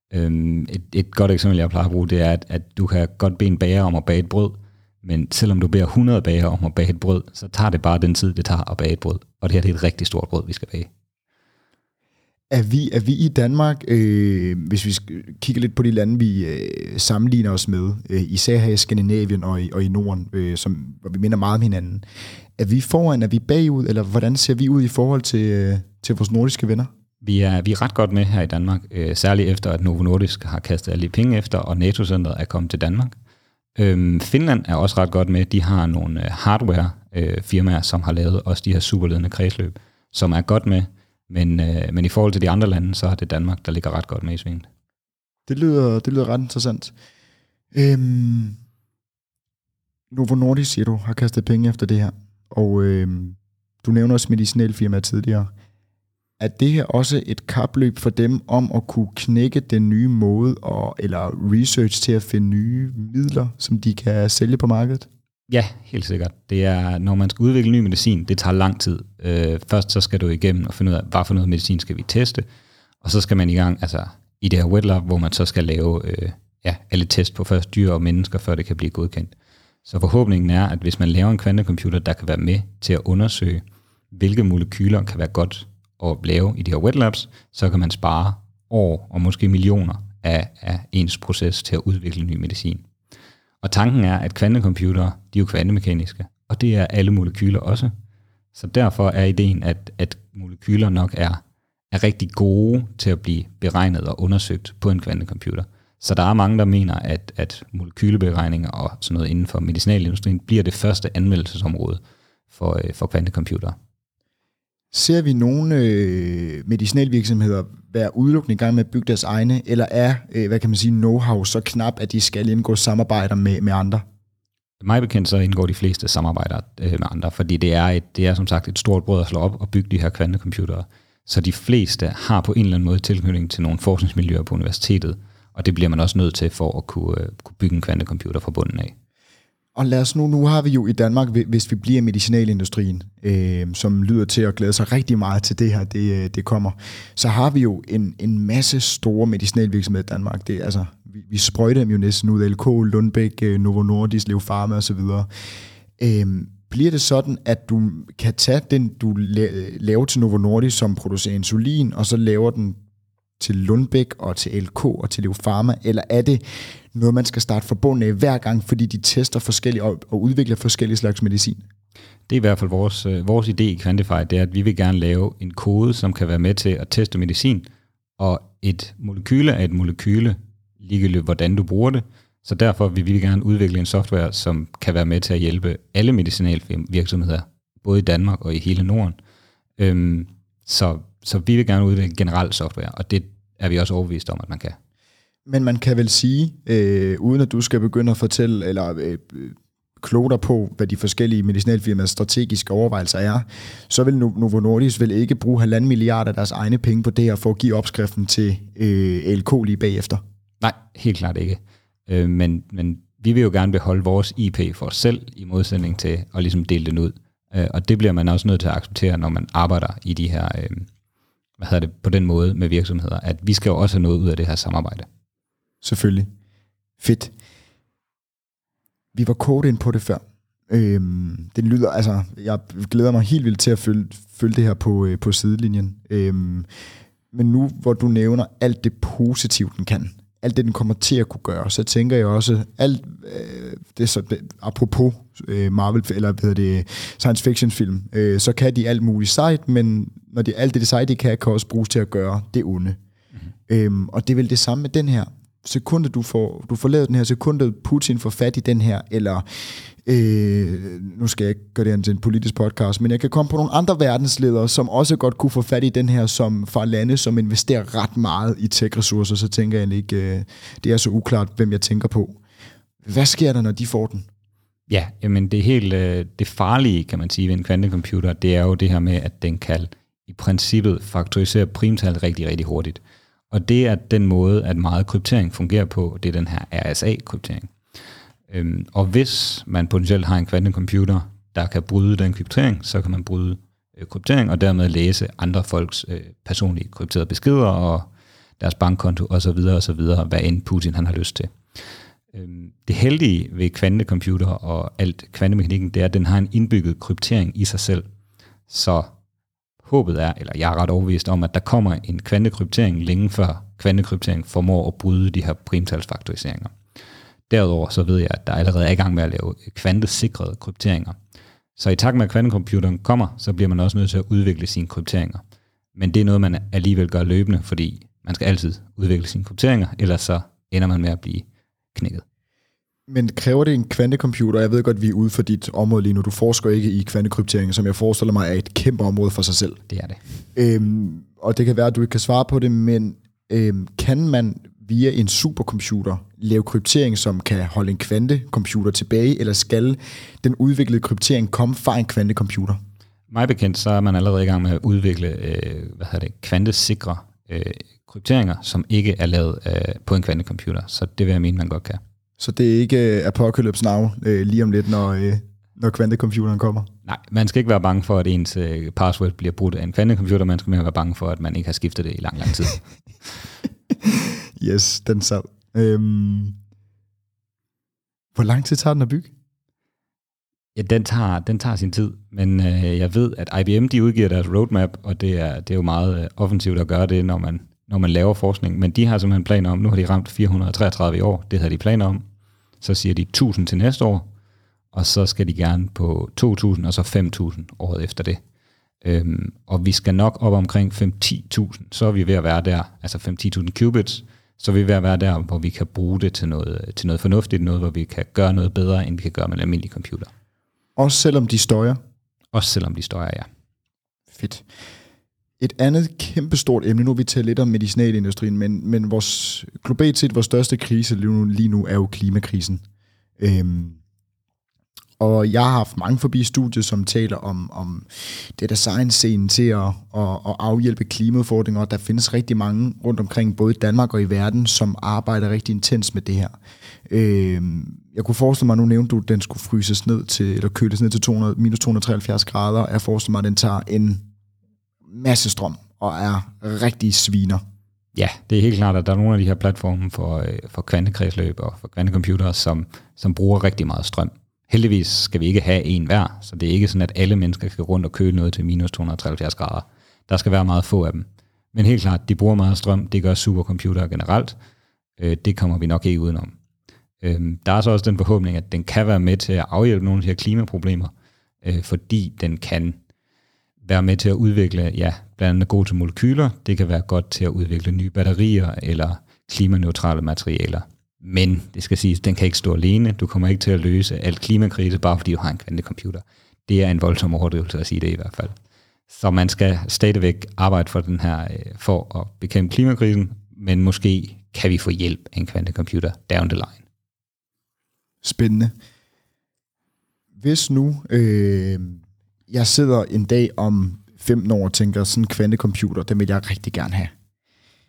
Et godt eksempel, jeg plejer at bruge, det er, at du kan godt bede en bager om at bage et brød, men selvom du beder 100 bager om at bage et brød, så tager det bare den tid, det tager at bage et brød. Og det her det er et rigtig stort brød, vi skal bage. Er vi i Danmark, hvis vi kigger lidt på de lande, vi sammenligner os med, især her i Skandinavien og i Norden, hvor vi minder meget om hinanden, er vi foran, er vi bagud, eller hvordan ser vi ud i forhold til vores nordiske venner? Vi er ret godt med her i Danmark, særligt efter at Novo Nordisk har kastet alle de penge efter, og NATO-centret er kommet til Danmark. Finland er også ret godt med. De har nogle hardware-firmaer, som har lavet også de her superledende kredsløb, som er godt med. Men i forhold til de andre lande, så er det Danmark, der ligger ret godt med i svinget. Det lyder ret interessant. Novo Nordisk, siger du, har kastet penge efter det her. Og du nævner også medicinalfirmaer tidligere. Er det her også et kapløb for dem om at kunne knække den nye måde, eller research til at finde nye midler, som de kan sælge på markedet? Ja, helt sikkert. Det er, når man skal udvikle ny medicin, det tager lang tid. Først så skal du igennem og finde ud af, hvad for noget medicin skal vi teste, og så skal man i gang i det her wet lab, hvor man så skal lave alle test på først dyr og mennesker, før det kan blive godkendt. Så forhåbningen er, at hvis man laver en kvantecomputer, der kan være med til at undersøge, hvilke molekyler kan være godt at lave i de her wet labs, så kan man spare år og måske millioner af ens proces til at udvikle ny medicin. Og tanken er, at kvantecomputere, de er jo kvantemekaniske, og det er alle molekyler også. Så derfor er ideen, at molekyler nok er rigtig gode til at blive beregnet og undersøgt på en kvantecomputer. Så der er mange, der mener, at molekyleberegninger og sådan noget inden for medicinalindustrien bliver det første anvendelsesområde for kvantecomputere. Ser vi nogle medicinalvirksomheder være udelukkende i gang med at bygge deres egne, eller er, know-how så knap, at de skal indgå samarbejder med andre? Mig bekendt så indgår de fleste samarbejder med andre, fordi det er som sagt et stort brød at slå op og bygge de her kvantecomputere. Så de fleste har på en eller anden måde tilknytning til nogle forskningsmiljøer på universitetet, og det bliver man også nødt til for at kunne bygge en kvantecomputer fra bunden af. Og lad os nu har vi jo i Danmark, hvis vi bliver medicinalindustrien, som lyder til at glæde sig rigtig meget til det her, det kommer, så har vi jo en masse store medicinalvirksomheder i Danmark. Det, altså, vi sprøjter dem jo næsten ud, LK, Lundbæk, Novo Nordisk, Leo Pharma osv. Bliver det sådan, at du kan tage den, du laver til Novo Nordisk, som producerer insulin, og så laver den til Lundbæk og til LK og til Leo Pharma, eller er det noget, man skal starte fra bunden af hver gang, fordi de tester forskellige og udvikler forskellige slags medicin? Det er i hvert fald vores idé i Quantify, det er, at vi vil gerne lave en kode, som kan være med til at teste medicin, og et molekyle er et molekyle, ligegyldigt hvordan du bruger det, så derfor vil vi gerne udvikle en software, som kan være med til at hjælpe alle medicinalvirksomheder, både i Danmark og i hele Norden. Så vi vil gerne udvikle generel software, og det er vi også overbevist om, at man kan. Men man kan vel sige, uden at du skal begynde at fortælle, eller kloge dig på, hvad de forskellige medicinalfirmaers strategiske overvejelser er, så vil Novo Nordisk vel ikke bruge 1,5 milliard af deres egne penge på det her, for at give opskriften til LK lige bagefter? Nej, helt klart ikke. Men vi vil jo gerne beholde vores IP for os selv, i modsætning til at ligesom dele den ud. Og det bliver man også nødt til at acceptere, når man arbejder i de her, på den måde med virksomheder, at vi skal jo også have noget ud af det her samarbejde. Selvfølgelig. Fedt. Vi var kort ind på det før. Det lyder, altså, jeg glæder mig helt vildt til at følge det her på sidelinjen. Men nu, hvor du nævner alt det positive, den kan, alt det, den kommer til at kunne gøre, så tænker jeg også, alt det så apropos Marvel, eller science fiction film, så kan de alt muligt sejt, men når alt det sejt, de kan også bruges til at gøre det onde. Mm-hmm. Og det er vel det samme med den her. Sekundet du får lavet den her, sekundet Putin får fat i den her, eller nu skal jeg ikke gøre det til en politisk podcast, men jeg kan komme på nogle andre verdensledere, som også godt kunne få fat i den her, som fra lande, som investerer ret meget i tech-ressourcer, så tænker jeg ikke, det er så uklart, hvem jeg tænker på. Hvad sker der, når de får den? Ja, jamen det helt det farlige, kan man sige, ved en kvantecomputer, det er jo det her med, at den kan i princippet faktorisere primtal rigtig, rigtig hurtigt. Og det er den måde, at meget kryptering fungerer på, det er den her RSA-kryptering. Og hvis man potentielt har en kvantecomputer, der kan bryde den kryptering, så kan man bryde kryptering, og dermed læse andre folks personlige krypterede beskeder, og deres bankkonto osv., hvad end Putin han har lyst til. Det heldige ved kvantecomputer og alt kvantemekanikken, det er, at den har en indbygget kryptering i sig selv. Så håbet er, eller jeg er ret overbevist om, at der kommer en kvantekryptering længe før kvantekryptering formår at bryde de her primtalsfaktoriseringer. Derudover så ved jeg, at der allerede er i gang med at lave kvantesikrede krypteringer. Så i takt med, at kvantecomputeren kommer, så bliver man også nødt til at udvikle sine krypteringer. Men det er noget, man alligevel gør løbende, fordi man skal altid udvikle sine krypteringer, ellers så ender man med at blive knækket. Men kræver det en kvantecomputer? Jeg ved godt, vi er ude for dit område lige nu. Du forsker ikke i kvantekryptering, som jeg forestiller mig er et kæmpe område for sig selv. Det er det. Og det kan være, at du ikke kan svare på det, men kan man via en supercomputer lave kryptering, som kan holde en kvantecomputer tilbage, eller skal den udviklede kryptering komme fra en kvantecomputer? Mig bekendt, så er man allerede i gang med at udvikle kvantesikre krypteringer, som ikke er lavet på en kvantecomputer. Så det vil jeg mene, man godt kan. Så det er ikke Apocalypse Now lige om lidt, når kvantecomputeren kommer? Nej, man skal ikke være bange for, at ens password bliver brudt af en kvantecomputer. Man skal mere være bange for, at man ikke har skiftet det i lang, lang tid. Yes, den sad. Hvor lang tid tager den at bygge? Ja, den tager sin tid, men jeg ved, at IBM de udgiver deres roadmap, og det er jo meget offensivt at gøre det, når man laver forskning. Men de har simpelthen planer om, nu har de ramt 433 i år, det havde de planer om. Så siger de 1000 til næste år, og så skal de gerne på 2000 og så 5000 året efter det. Og vi skal nok op omkring 5-10.000, så er vi ved at være der, altså 5-10.000 qubits, så er vi ved at være der, hvor vi kan bruge det til noget fornuftigt, noget, hvor vi kan gøre noget bedre, end vi kan gøre med en almindelig computer. Også selvom de støjer? Også selvom de støjer, ja. Fedt. Et andet kæmpestort emne, nu har vi talt lidt om medicinalindustrien, men globalt set vores største krise lige nu er jo klimakrisen. Og jeg har haft mange forbi studiet, som taler om data science-scenen til at afhjælpe klimaudfordringer, og der findes rigtig mange rundt omkring, både i Danmark og i verden, som arbejder rigtig intens med det her. Jeg kunne forestille mig, nu nævnte du, at den skulle fryses ned til, eller køles ned til minus 273 grader. Jeg forestiller mig, at den tager en masse strøm og er rigtig sviner. Ja, det er helt klart, at der er nogle af de her platforme for kvantekredsløb og for kvantecomputere, som bruger rigtig meget strøm. Heldigvis skal vi ikke have en hver, så det er ikke sådan, at alle mennesker skal rundt og køle noget til minus 273 grader. Der skal være meget få af dem. Men helt klart, de bruger meget strøm, det gør supercomputere generelt. Det kommer vi nok ikke udenom. Der er så også den forhåbning, at den kan være med til at afhjælpe nogle af de her klimaproblemer, fordi den kan være med til at udvikle, blandt andet gode til molekyler. Det kan være godt til at udvikle nye batterier eller klimaneutrale materialer. Men det skal siges, den kan ikke stå alene. Du kommer ikke til at løse alt klimakrise, bare fordi du har en kvantecomputer. Det er en voldsom overdrivelse at sige det i hvert fald. Så man skal stadigvæk arbejde for den her, for at bekæmpe klimakrisen, men måske kan vi få hjælp af en kvantecomputer down the line. Spændende. Hvis nu jeg sidder en dag om 15 år og tænker, sådan en kvantecomputer, den vil jeg rigtig gerne have.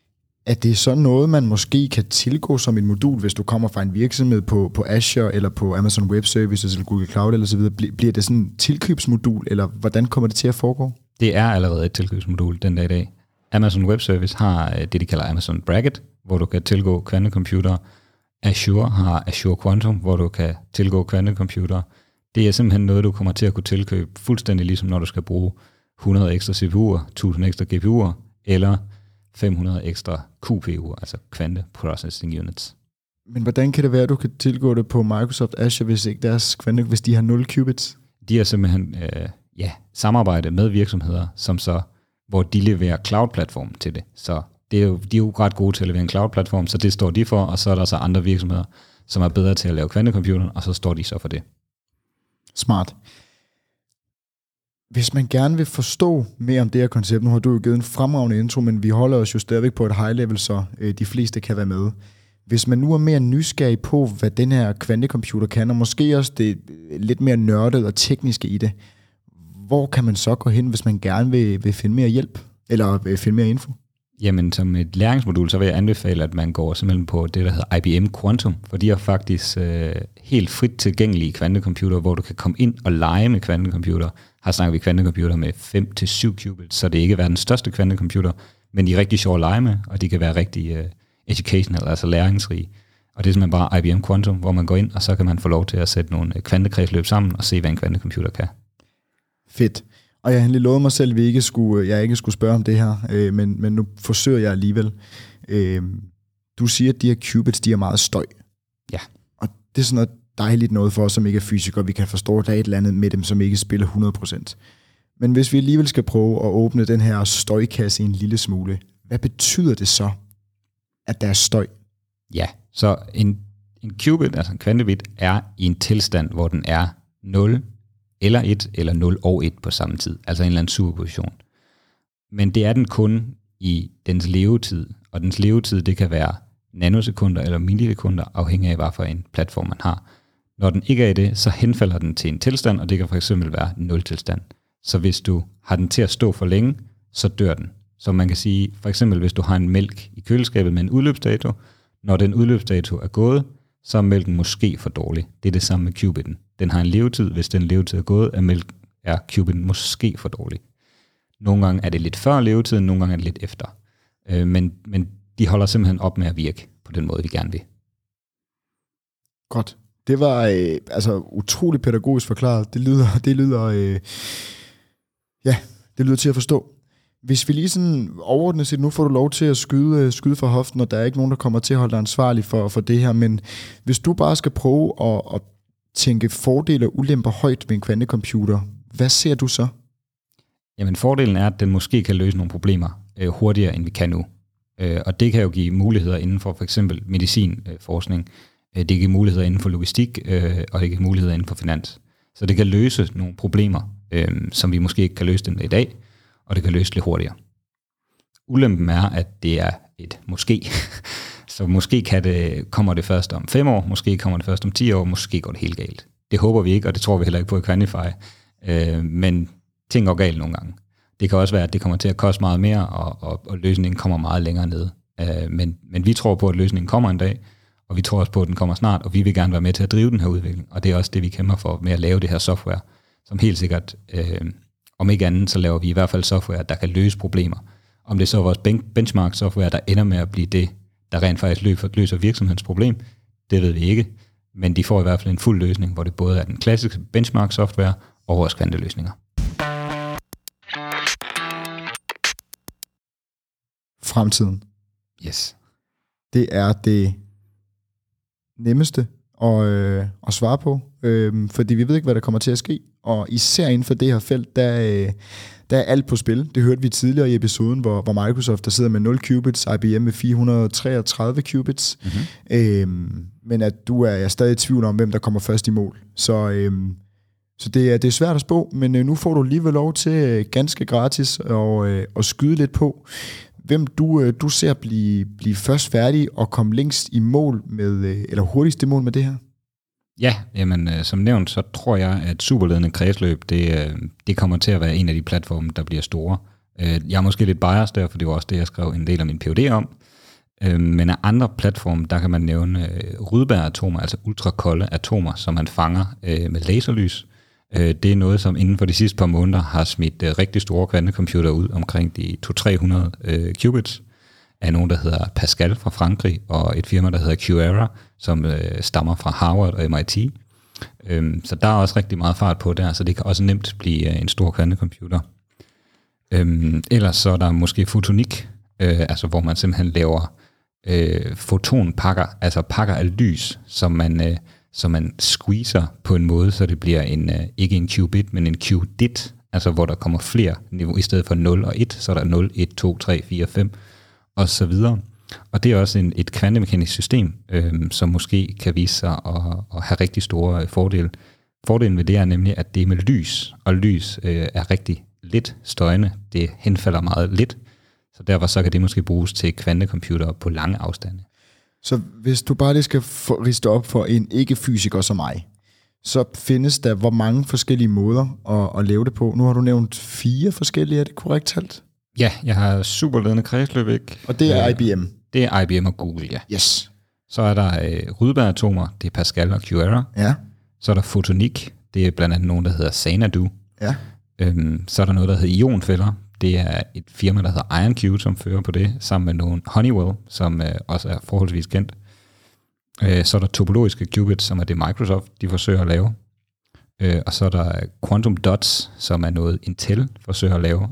Er det sådan noget, man måske kan tilgå som et modul, hvis du kommer fra en virksomhed på Azure eller på Amazon Web Services eller Google Cloud eller så videre? Bliver det sådan et tilkøbsmodul, eller hvordan kommer det til at foregå? Det er allerede et tilkøbsmodul den dag i dag. Amazon Web Service har det, de kalder Amazon Bracket, hvor du kan tilgå kvantecomputere. Azure har Azure Quantum, hvor du kan tilgå kvantecomputere. Det er simpelthen noget, du kommer til at kunne tilkøbe fuldstændig ligesom når du skal bruge 100 ekstra CPU'er, 1000 ekstra GPU'er eller 500 ekstra QPU'er, altså Quantum Processing Units. Men hvordan kan det være, at du kan tilgå det på Microsoft Azure, hvis ikke deres hvis de har 0 qubits? De har simpelthen samarbejde med virksomheder, hvor de leverer cloud-platform til det. Så de er jo ret gode til at levere en cloud-platform, så det står de for, og så er der så andre virksomheder, som er bedre til at lave kvantecomputer, og så står de så for det. Smart. Hvis man gerne vil forstå mere om det her koncept, nu har du jo givet en fremragende intro, men vi holder os jo stadigvæk på et high level, så de fleste kan være med. Hvis man nu er mere nysgerrig på, hvad den her kvantecomputer kan, og måske også det lidt mere nørdede og tekniske i det, hvor kan man så gå hen, hvis man gerne vil finde mere hjælp, eller finde mere info? Jamen, som et læringsmodul, så vil jeg anbefale, at man går simpelthen på det, der hedder IBM Quantum, for de er faktisk helt frit tilgængelige kvantecomputere, hvor du kan komme ind og lege med kvantecomputere. Her snakker vi kvantecomputere med 5-7 qubits, så det er ikke verdens største kvantecomputer, men de er rigtig sjove at lege med, og de kan være rigtig educational, altså læringsrige. Og det er simpelthen bare IBM Quantum, hvor man går ind, og så kan man få lov til at sætte nogle kvantekredsløb sammen og se, hvad en kvantecomputer kan. Fedt. Og jeg har endelig lovet mig selv, at jeg ikke skulle spørge om det her, men nu forsøger jeg alligevel. Du siger, at de her qubits, de er meget støj. Ja. Og det er sådan noget dejligt noget for os, som ikke er fysikere. Vi kan forstå, at der er et eller andet med dem, som ikke spiller 100%. Men hvis vi alligevel skal prøve at åbne den her støjkasse en lille smule, hvad betyder det så, at der er støj? Ja, så en qubit, altså en kvantebit, er i en tilstand, hvor den er 0 eller 1, eller 0 og 1 på samme tid, altså en eller anden superposition. Men det er den kun i dens levetid, og dens levetid, det kan være nanosekunder eller millisekunder, afhængig af, hvad for en platform man har. Når den ikke er i det, så henfalder den til en tilstand, og det kan for eksempel være 0-tilstand. Så hvis du har den til at stå for længe, så dør den. Så man kan sige, for eksempel hvis du har en mælk i køleskabet med en udløbsdato, når den udløbsdato er gået, så er mælken måske for dårlig. Det er det samme med qubiten. Den har en levetid. Hvis den levetid er gået, er qubiten måske for dårlig. Nogle gange er det lidt før levetiden, nogle gange er det lidt efter. Men de holder simpelthen op med at virke på den måde, vi gerne vil. Godt. Det var utroligt pædagogisk forklaret. Det lyder til at forstå. Hvis vi lige sådan overordnet set, nu får du lov til at skyde for hoften, og der er ikke nogen, der kommer til at holde dig ansvarlig for det her, men hvis du bare skal prøve at tænke fordele og ulemper højt ved en kvantecomputer, hvad ser du så? Jamen fordelen er, at den måske kan løse nogle problemer hurtigere, end vi kan nu. Og det kan jo give muligheder inden for eksempel medicinforskning. Det giver muligheder inden for logistik, og det giver muligheder inden for finans. Så det kan løse nogle problemer, som vi måske ikke kan løse dem i dag, og det kan løse lidt hurtigere. Ulempen er, at det er et måske. Så måske kommer det først om 5 år, måske kommer det først om 10 år, måske går det helt galt. Det håber vi ikke, og det tror vi heller ikke på i Quantify. Men ting går galt nogle gange. Det kan også være, at det kommer til at koste meget mere, og løsningen kommer meget længere ned. Men vi tror på, at løsningen kommer en dag, og vi tror også på, at den kommer snart, og vi vil gerne være med til at drive den her udvikling. Og det er også det, vi kæmper for med at lave det her software, som helt sikkert, om ikke andet, så laver vi i hvert fald software, der kan løse problemer. Om det så er vores benchmark-software, der ender med at blive det, der rent faktisk løser virksomhedens problem, det ved vi ikke. Men de får i hvert fald en fuld løsning, hvor det både er den klassiske benchmark-software og vores kvanteløsninger. Fremtiden. Yes. Det er det nemmeste at svare på, fordi vi ved ikke, hvad der kommer til at ske, og især inden for det her felt, der er alt på spil. Det hørte vi tidligere i episoden, hvor Microsoft der sidder med 0 qubits, IBM med 433 qubits, men at du er stadig i tvivl om, hvem der kommer først i mål. Så det er svært at spå, men nu får du alligevel lov til ganske gratis at skyde lidt på, hvem du ser blive først færdig og komme længst i mål med, eller hurtigst i mål med det her? Ja, jamen som nævnt, så tror jeg, at superledende kredsløb, det kommer til at være en af de platforme, der bliver store. Jeg er måske lidt biased der, for det var også det, jeg skrev en del af min PhD om. Men af andre platforme, der kan man nævne Rydberg-atomer, altså ultrakolde atomer, som man fanger med laserlys. Det er noget, som inden for de sidste par måneder har smidt rigtig store kvantecomputere ud, omkring de 200-300 qubits, af nogen, der hedder Pascal fra Frankrig, og et firma, der hedder QEra, som stammer fra Harvard og MIT. Så der er også rigtig meget fart på der, så det kan også nemt blive en stor kvantecomputer. Ellers så er der måske fotonik, altså hvor man simpelthen laver fotonpakker, altså pakker af lys, som man squeezer på en måde, så det bliver ikke en qubit, men en qubit, altså hvor der kommer flere niveauer, i stedet for 0 og 1, så er der 0, 1, 2, 3, 4, 5, og så videre. Og det er også et kvantemekanisk system, som måske kan vise sig at have rigtig store fordele. Fordelen ved det er nemlig, at det er med lys, og lys er rigtig lidt støjende. Det henfalder meget lidt, så derfor så kan det måske bruges til kvantecomputere på lange afstande. Så hvis du bare lige skal riste op for en ikke-fysiker som mig, så findes der hvor mange forskellige måder at lave det på? Nu har du nævnt 4 forskellige, er det korrekt talt? Ja, jeg har superledende kredsløb, ikke? Og det er IBM? Det er IBM og Google, ja. Yes. Så er der Rydberg-atomer, det er Pascal og QEra. Ja. Så er der fotonik, det er blandt andet nogen, der hedder Xanadu. Ja. Så er der noget, der hedder ionfælder. Det er et firma, der hedder IonQ, som fører på det, sammen med nogle Honeywell, som også er forholdsvis kendt. Så er der topologiske qubits, som er det Microsoft, de forsøger at lave. Og så er der quantum dots, som er noget Intel forsøger at lave.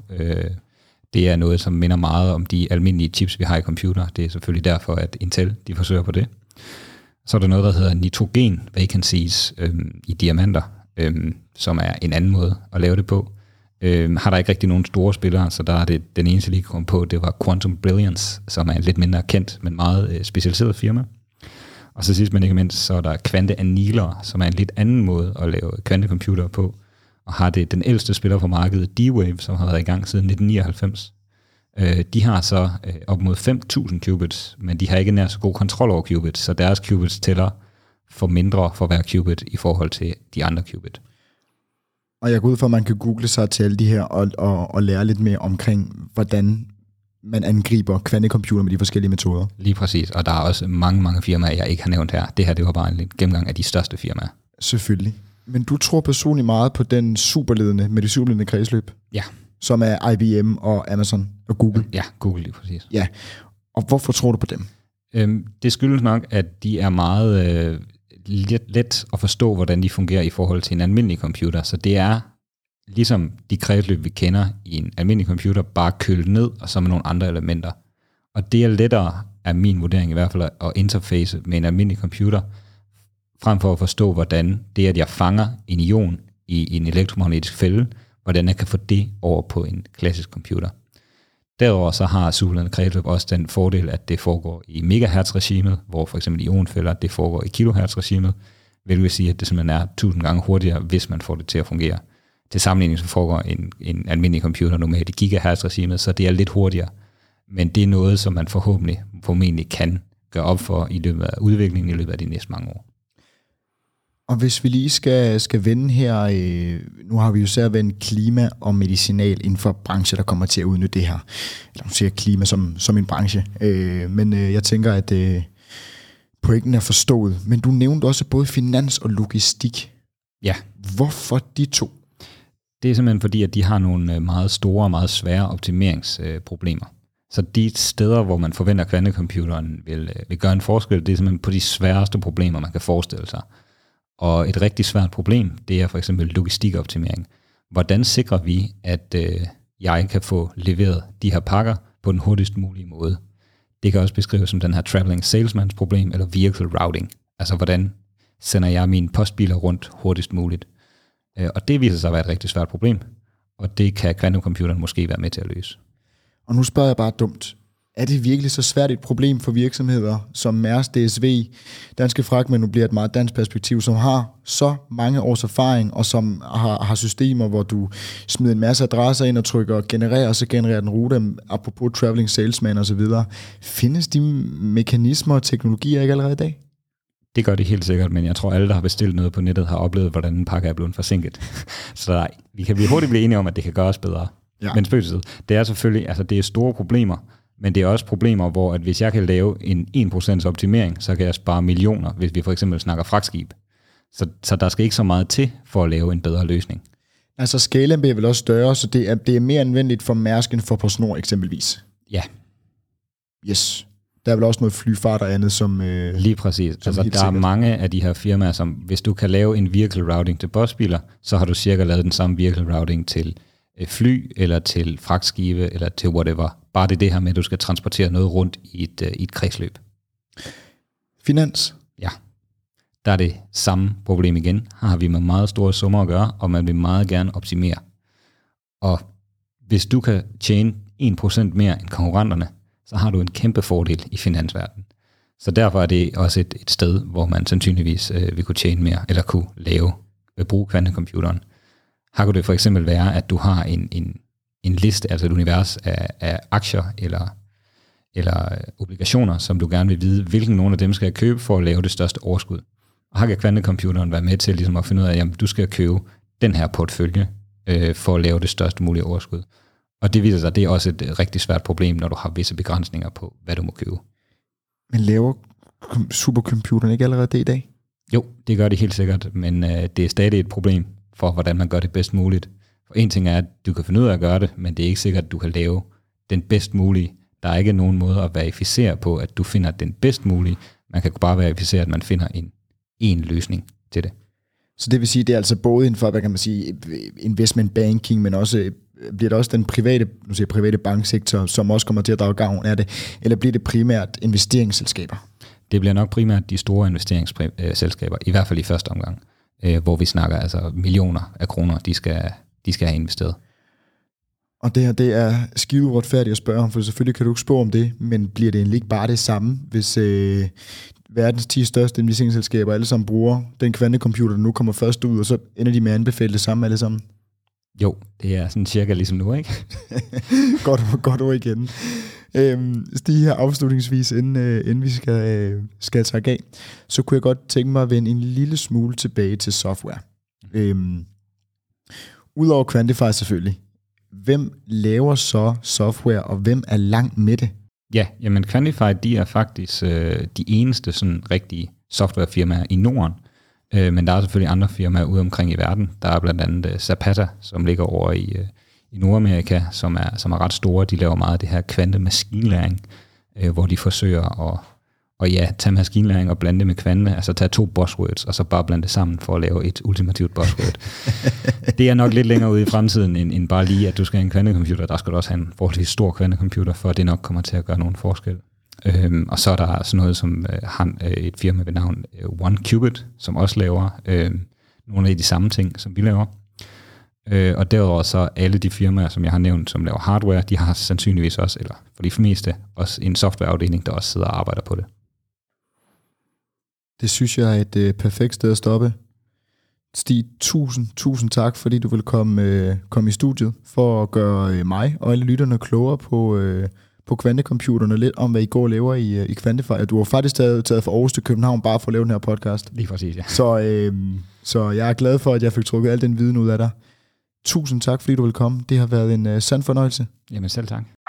Det er noget, som minder meget om de almindelige chips, vi har i computer. Det er selvfølgelig derfor, at Intel de forsøger på det. Så er der noget, der hedder nitrogen vacancies i diamanter, som er en anden måde at lave det på. Har der ikke rigtig nogen store spillere, så der er det den eneste, lige kom på, det var Quantum Brilliance, som er en lidt mindre kendt, men meget specialiseret firma. Og så sidst men ikke mindst, så er der kvanteaniler, som er en lidt anden måde at lave kvantecomputere på, og har det den ældste spiller på markedet, D-Wave, som har været i gang siden 1999. De har så op mod 5.000 qubits, men de har ikke nær så god kontrol over qubits, så deres qubits tæller for mindre for hver qubit i forhold til de andre qubit. Og jeg går ud fra, at man kan google sig til alle de her og lære lidt mere omkring, hvordan man angriber kvantecomputer med de forskellige metoder. Lige præcis, og der er også mange firmaer, jeg ikke har nævnt her. Det her, det var bare en gennemgang af de største firmaer. Selvfølgelig. Men du tror personligt meget på den med det superledende kredsløb? Ja. Som er IBM og Amazon og Google? Ja, Google lige præcis. Ja, og hvorfor tror du på dem? Det skyldes nok, at de er meget let at forstå, hvordan de fungerer i forhold til en almindelig computer. Så det er ligesom de kredsløb, vi kender i en almindelig computer, bare kølet ned, og så med nogle andre elementer. Og det er lettere, er min vurdering i hvert fald, at interface med en almindelig computer, frem for at forstå, hvordan det, at jeg fanger en ion i en elektromagnetisk fælde, hvordan jeg kan få det over på en klassisk computer. Derudover så har superledende kredsløb også den fordel, at det foregår i megahertz-regimet, hvor for eksempel ionfælder, det foregår i kilohertz-regimet, hvilket vil sige, at det simpelthen er 1000 gange hurtigere, hvis man får det til at fungere. Til sammenligning så foregår en almindelig computer normalt i gigahertz-regimet, så det er lidt hurtigere. Men det er noget, som man formentlig kan gøre op for i løbet af udviklingen i løbet af de næste mange år. Og hvis vi lige skal vende her, nu har vi jo så vendt klima og medicinal inden for brancher, der kommer til at udnytte det her. Eller nu siger jeg klima som en branche. Men jeg tænker, at pointen er forstået. Men du nævnte også både finans og logistik. Ja. Hvorfor de to? Det er simpelthen fordi, at de har nogle meget store og meget svære optimeringsproblemer. Så de steder, hvor man forventer, at kvantecomputeren vil gøre en forskel, det er simpelthen på de sværeste problemer, man kan forestille sig. Og et rigtig svært problem, det er for eksempel logistikoptimering. Hvordan sikrer vi, at jeg kan få leveret de her pakker på den hurtigst mulige måde? Det kan også beskrives som den her traveling salesmans problem, eller vehicle routing. Altså hvordan sender jeg mine postbiler rundt hurtigst muligt? Og det viser sig at være et rigtig svært problem, og det kan kvantecomputeren måske være med til at løse. Og nu spørger jeg bare dumt. Er det virkelig så svært et problem for virksomheder som Mærsk, DSV, Danske Fragtmænd, nu bliver et meget dansk perspektiv, som har så mange års erfaring, og som har systemer, hvor du smider en masse adresser ind og trykker generer, og så genererer den rute, apropos traveling salesman og så videre. Findes de mekanismer og teknologier ikke allerede i dag? Det gør det helt sikkert, men jeg tror, alle, der har bestilt noget på nettet, har oplevet, hvordan en pakke er blevet forsinket. Så vi kan hurtigt blive enige om, at det kan gøres bedre. Ja. Men spørgsmålet, det er selvfølgelig, altså det er store problemer, Men det er også problemer, hvor at hvis jeg kan lave en 1% optimering, så kan jeg spare millioner, hvis vi for eksempel snakker fragtskib. Så der skal ikke så meget til for at lave en bedre løsning. Altså skalaen bliver vel også større, så det er mere anvendeligt for Mærsk end for PostNord eksempelvis. Ja. Yes. Der er vel også noget flyfart og andet, som... Lige præcis. Altså, der er mange af de her firmaer, som hvis du kan lave en vehicle routing til busbiler, så har du cirka lavet den samme vehicle routing til fly, eller til fragtskibe, eller til whatever. Bare det her med, at du skal transportere noget rundt i et kredsløb. Finans? Ja. Der er det samme problem igen. Her har vi med meget store summer at gøre, og man vil meget gerne optimere. Og hvis du kan tjene 1% mere end konkurrenterne, så har du en kæmpe fordel i finansverdenen. Så derfor er det også et sted, hvor man sandsynligvis vil kunne tjene mere, eller kunne bruge kvantecomputeren. Her kunne det for eksempel være, at du har en liste, altså et univers af aktier eller obligationer, som du gerne vil vide, hvilken nogle af dem skal jeg købe for at lave det største overskud. Og her kan kvantecomputeren være med til ligesom at finde ud af, at du skal købe den her portefølje for at lave det største mulige overskud. Og det viser sig, at det er også et rigtig svært problem, når du har visse begrænsninger på, hvad du må købe. Men laver supercomputeren ikke allerede det i dag? Jo, det gør det helt sikkert, men det er stadig et problem for, hvordan man gør det bedst muligt. For en ting er, at du kan finde ud af at gøre det, men det er ikke sikkert, at du kan lave den bedst mulige. Der er ikke nogen måde at verificere på, at du finder den bedst mulige. Man kan bare verificere, at man finder en løsning til det. Så det vil sige, det er altså både inden for, hvad kan man sige, investment banking, men også bliver det også den private banksektor, som også kommer til at drage gavn af det, eller bliver det primært investeringsselskaber? Det bliver nok primært de store investeringsselskaber, i hvert fald i første omgang, hvor vi snakker altså millioner af kroner, de skal have investeret. Og det her, det er skide uretfærdigt at spørge om, for selvfølgelig kan du ikke spå om det, men bliver det egentlig ikke bare det samme, hvis verdens 10 største investeringsselskaber alle sammen bruger den kvantecomputer, der nu kommer først ud, og så ender de med at anbefale det samme alle sammen? Jo, det er sådan cirka ligesom nu, ikke? godt ord igen. Stig her afslutningsvis, inden vi skal tage af, så kunne jeg godt tænke mig at vende en lille smule tilbage til software. Udover Quantify selvfølgelig, hvem laver så software, og hvem er langt med det? Ja, jamen Quantify, de er faktisk de eneste sådan rigtige softwarefirmaer i Norden, men der er selvfølgelig andre firmaer ude omkring i verden. Der er blandt andet Zapata, som ligger over i Nordamerika, som er ret store. De laver meget af det her kvantemaskinlæring, hvor de forsøger at tage maskinlæring og blande det med kvante, altså tage 2 buzzwords, og så bare blande det sammen for at lave et ultimativt buzzword. Det er nok lidt længere ude i fremtiden, end bare lige, at du skal have en kvantecomputer. Der skal du også have en forholdsvis stor kvantecomputer, for at det nok kommer til at gøre nogen forskel. Og så er der sådan noget som et firma ved navn OneQubit, som også laver nogle af de samme ting, som vi laver. Og derudover så alle de firmaer, som jeg har nævnt, som laver hardware, de har sandsynligvis også, eller for de fleste, også en softwareafdeling, der også sidder og arbejder på det. Det synes jeg er et perfekt sted at stoppe. Stig, tusind tak, fordi du vil komme i studiet for at gøre mig og alle lytterne klogere på kvantecomputerne, lidt om, hvad I går og laver i Quantify. Du har faktisk taget fra Aarhus til København bare for at lave den her podcast. Lige præcis, ja. Så jeg er glad for, at jeg fik trukket al den viden ud af dig. Tusind tak, fordi du vil komme. Det har været en sand fornøjelse. Jamen selv tak.